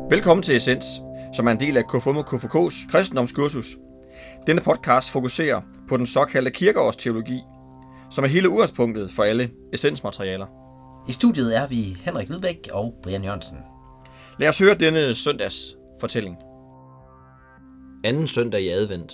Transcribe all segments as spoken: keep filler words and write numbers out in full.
Velkommen til Essens, som er en del af K F U M og K F U K's kristendomskursus. Denne podcast fokuserer på den såkaldte kirkeårsteologi, som er hele udgangspunktet for alle essensmaterialer. I studiet er vi Henrik Hvidbæk og Brian Jørgensen. Lad os høre denne søndags fortælling. Anden søndag i advent.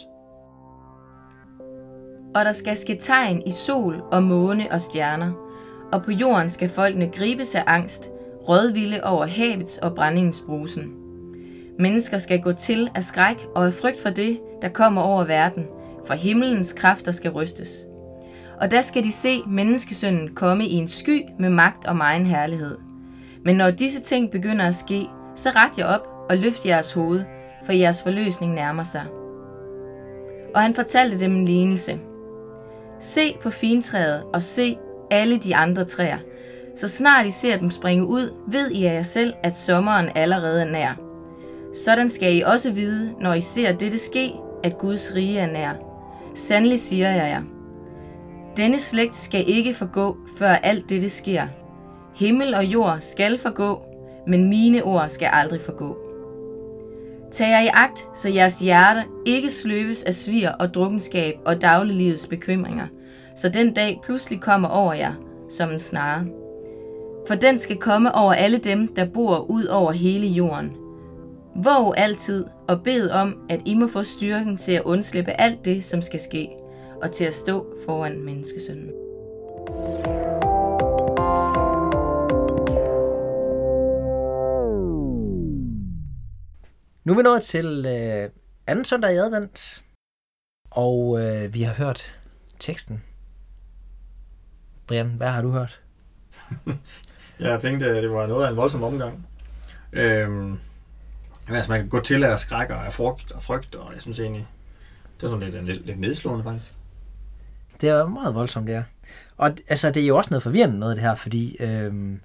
Og der skal ske tegn i sol og måne og stjerner, og på jorden skal folkene gribes af angst, rådvilde over havets og brændingens brusen. Mennesker skal gå til af skræk og af frygt for det, der kommer over verden, for himlens kræfter skal rystes. Og der skal de se menneskesønnen komme i en sky med magt og megen herlighed. Men når disse ting begynder at ske, så ret jer op og løft jeres hoved, for jeres forløsning nærmer sig. Og han fortalte dem en lignelse. Se på fintræet og se alle de andre træer. Så snart I ser dem springe ud, ved I af jer selv, at sommeren allerede er nær. Sådan skal I også vide, når I ser dette ske, at Guds rige er nær. Sandelig siger jeg jer. Denne slægt skal ikke forgå, før alt dette sker. Himmel og jord skal forgå, men mine ord skal aldrig forgå. Tag jer i agt, så jeres hjerte ikke sløves af svir og drukkenskab og dagliglivets bekymringer, så den dag pludselig kommer over jer som en snare. For den skal komme over alle dem, der bor ud over hele jorden. Våg altid og bed om, at I må få styrken til at undslippe alt det, som skal ske, og til at stå foran menneskesønnen. Nu er vi nået til øh, anden søndag i advent, og øh, vi har hørt teksten. Brian, hvad har du hørt? Jeg tænkte, at det var noget af en voldsom omgang. Øhm, altså man kan gå til af skræk og af frygt og frygt, og jeg synes egentlig, det er sådan lidt, lidt, lidt nedslående faktisk. Det er meget voldsomt, det er. Og altså, det er jo også noget forvirrende noget, det her, fordi øhm,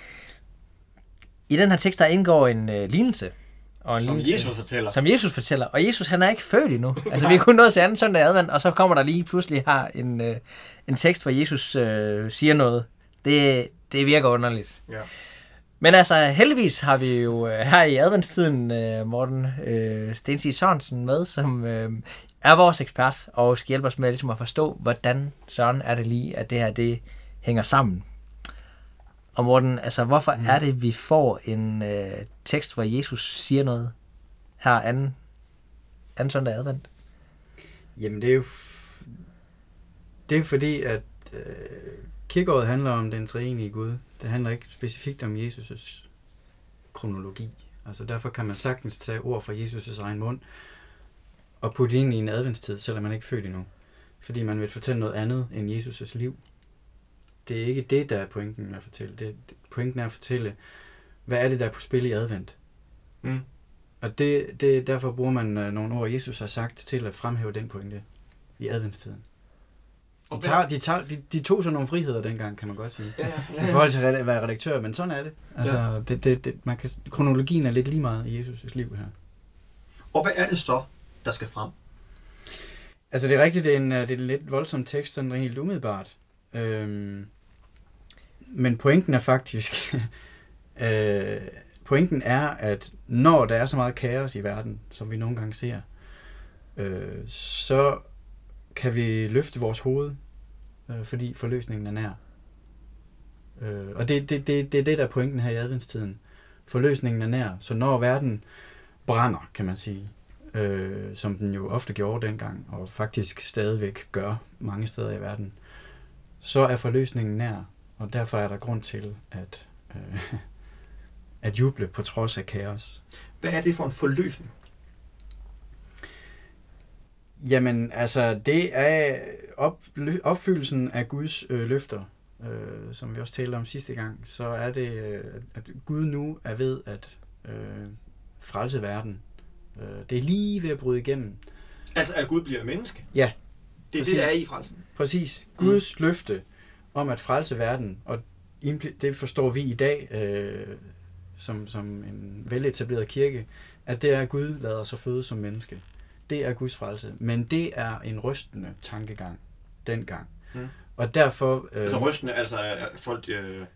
i den her tekst, der indgår en øh, lignelse. Og en som lignelse, Jesus fortæller. Som Jesus fortæller. Og Jesus, han er ikke født endnu. Altså, vi er kun nået til anden søndag i advent, og så kommer der lige pludselig her en, øh, en tekst, hvor Jesus øh, siger noget. Det, det virker underligt. Ja. Men altså, heldigvis har vi jo øh, her i adventstiden øh, Morten øh, Stensig Sørensen med, som øh, er vores ekspert, og skal hjælpe os med ligesom at forstå, hvordan sådan er det lige, at det her det hænger sammen. Og Morten, altså, hvorfor mm. er det, vi får en øh, tekst, hvor Jesus siger noget her anden, anden søndag advent? Jamen, det er jo, f- det er jo fordi, at øh, kirkeåret handler om den treenige Gud. Det handler ikke specifikt om Jesus' kronologi. Altså, derfor kan man sagtens tage ord fra Jesus' egen mund og putte ind i en adventstid, selvom man ikke er født endnu. Fordi man vil fortælle noget andet end Jesus' liv. Det er ikke det, der er pointen med at fortælle. Det, pointen er at fortælle, hvad er det, der er på spil i advent. Mm. Og det, det, derfor bruger man uh, nogle ord, Jesus har sagt, til at fremhæve den pointe i adventstiden. De, tager, de, tager, de, de tog så nogle friheder dengang, kan man godt sige. Ja, ja, ja. I forhold til at være redaktør, men sådan er det. Altså, Ja. det, det, det man kan, kronologien er lidt lige meget i Jesus' liv her. Og hvad er det så, der skal frem? Altså, det er rigtigt, det er en, det er en lidt voldsom tekst, sådan helt umiddelbart. Øhm, men pointen er faktisk, øh, pointen er, at når der er så meget kaos i verden, som vi nogle gange ser, øh, så kan vi løfte vores hoved, øh, fordi forløsningen er nær. Øh, og det, det, det, det er det, der er pointen her i adventstiden. Forløsningen er nær, så når verden brænder, kan man sige, øh, som den jo ofte gjorde dengang, og faktisk stadigvæk gør mange steder i verden, så er forløsningen nær, og derfor er der grund til at, øh, at juble på trods af kaos. Hvad er det for en forløsning? Jamen, altså, det er op, opfyldelsen af Guds øh, løfter, øh, som vi også talte om sidste gang, så er det, øh, at Gud nu er ved at øh, frelse verden. Øh, det er lige ved at bryde igennem. Altså, at Gud bliver menneske? Ja. Det er Præcis. det, der er i frelsen? Præcis. Guds mm. løfte om at frelse verden, og det forstår vi i dag øh, som, som en veletableret kirke, at det er, at Gud lader sig føde som menneske. Det er Guds frelse. Men det er en rystende tankegang dengang. Mm. Og derfor... Øh, altså rystende, altså folk... Øh,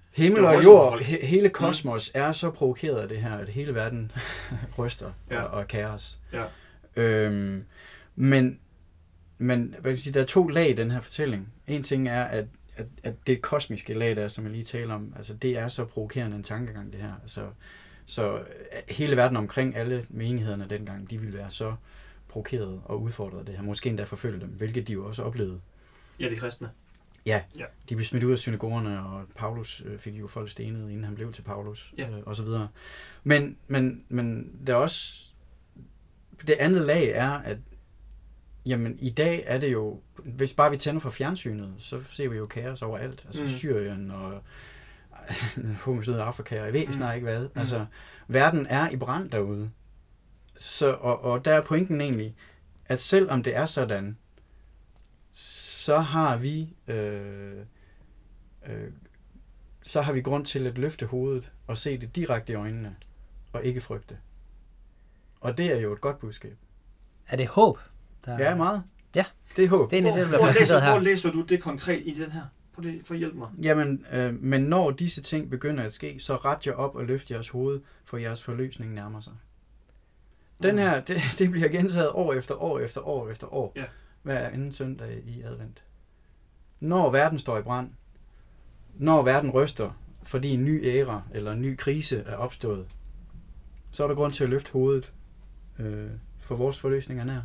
Himmel og jord, he, hele kosmos mm. er så provokeret af det her, at hele verden ryster ja. og, og kaos. Ja. Øhm, men men hvad vil jeg sige, der er to lag i den her fortælling. En ting er, at, at, at det kosmiske lag, der som jeg lige taler om, altså det er så provokerende en tankegang, det her. Altså, så hele verden omkring alle menighederne dengang, de ville være så provokeret og udfordret det her. Måske endda forfølge dem, hvilket de jo også oplevede. Ja, de kristne. Ja, ja. De blev smidt ud af synagogerne, og Paulus øh, fik jo folk stenet, inden han blev til Paulus, ja. øh, og så videre. Men, men, men der er også... Det andet lag er, at jamen, i dag er det jo... Hvis bare vi tænder for fjernsynet, så ser vi jo kaos overalt. Altså mm. Syrien og Hungersnød Afrika, og jeg ved mm. snart ikke hvad. Mm. Altså, verden er i brand derude. Så, og, og der er pointen egentlig, at selvom det er sådan, så har vi øh, øh, så har vi grund til at løfte hovedet og se det direkte i øjnene og ikke frygte. Og det er jo et godt budskab. Er det håb? Der... Ja, meget. Ja, det er håb. Det er hvor, det, der hvor, læser, hvor læser du det konkret i den her? Prøv det, for at hjælpe mig. Jamen, øh, men når disse ting begynder at ske, så ret jer op og løft jeres hoved, for jeres forløsning nærmer sig. Den her, det, det bliver gentaget år efter år efter år efter år. Ja. Hver anden søndag i advent. Når verden står i brand, når verden ryster, fordi en ny æra eller en ny krise er opstået, så er der grund til at løfte hovedet, øh, for vores forløsning er nær.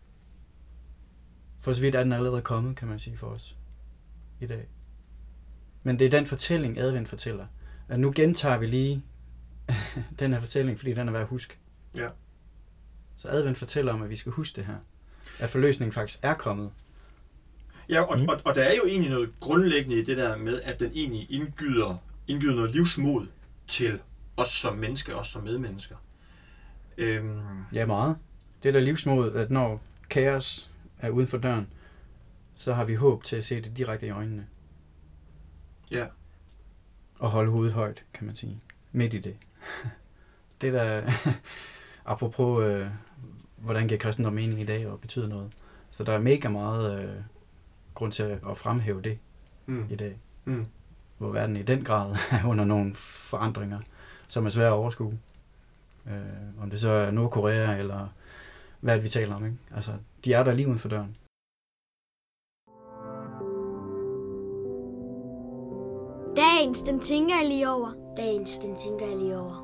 For så vidt er den allerede kommet, kan man sige, for os i dag. Men det er den fortælling, advent fortæller. At nu gentager vi lige den her fortælling, fordi den er værd at huske. Ja. Så advent fortæller om, at vi skal huske det her. At forløsningen faktisk er kommet. Ja, og, mm. og, og der er jo egentlig noget grundlæggende i det der med, at den egentlig indgyder, indgyder noget livsmod til os som mennesker, os som medmennesker. Øhm. Ja, meget. Det er der livsmod, at når kaos er uden for døren, så har vi håb til at se det direkte i øjnene. Ja. Og holde hovedet højt, kan man sige. Midt i det. Det der, apropos, øh, hvordan giver kristendom mening i dag og betyder noget. Så der er mega meget øh, grund til at fremhæve det mm. i dag. Mm. Hvor verden i den grad er under nogle forandringer, som er svære at overskue. Øh, om det så er Nordkorea eller hvad vi taler om, ikke? Altså, de er der lige uden for døren. Dagens, den tænker jeg lige over. Dagens, den tænker jeg lige over.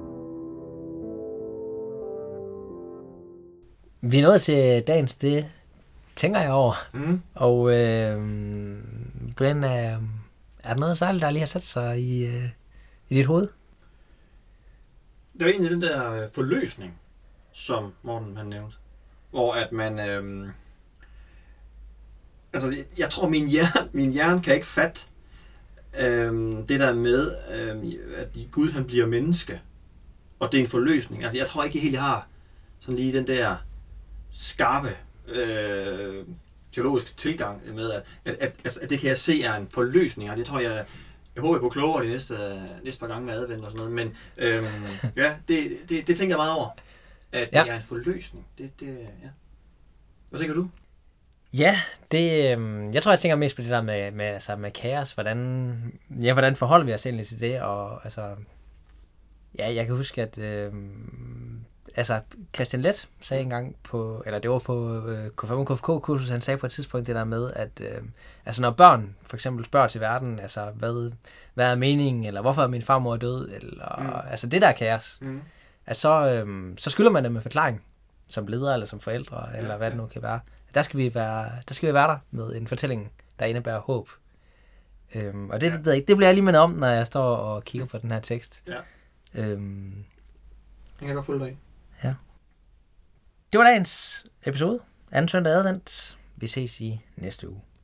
Vi er nået til dagens, det tænker jeg over. Mm. Og øh, Brian, er, er der noget særligt, der lige har sat sig i, øh, i dit hoved? Det var egentlig den der forløsning, som Morten han nævnte. Hvor at man... Øh, altså, jeg tror, min hjerne, min hjerne kan ikke fatte øh, det der med, øh, at Gud han bliver menneske. Og det er en forløsning. Altså, jeg tror ikke helt, jeg har sådan lige den der skarpe øh, teologiske tilgang med, at, at, at, at det kan jeg se er en forløsning. Og det tror jeg... Jeg håber, jeg på klogere de næste, næste par gange med advent og sådan noget, men øhm, ja, det, det, det tænker jeg meget over, at ja. Det er en forløsning. Det, det, ja. Hvad tænker du? Ja, det, øh, jeg tror, jeg tænker mest på det der med, med, altså, med kaos. Hvordan, ja, hvordan forholder vi os egentlig til det? Og, altså, ja, jeg kan huske, at øh, altså, Christian Leth sagde engang på, eller det var på øh, K fem og K F K-kursus, han sagde på et tidspunkt det der med, at øh, altså, når børn for eksempel spørger til verden, altså, hvad, hvad er meningen, eller hvorfor er min farmor død, eller mm. altså, det der er kaos, mm. altså, så, øh, så skylder man dem en forklaring, som leder eller som forældre, ja, eller hvad det nu kan være. Der skal vi være der, skal vi være der med en fortælling, der indebærer håb. Øhm, og det, ja. det, det bliver jeg lige mindet om, når jeg står og kigger på den her tekst. Ja. Øhm, jeg kan godt følge dig. Ja. Det var dagens episode. Anden søndag advent. Vi ses i næste uge.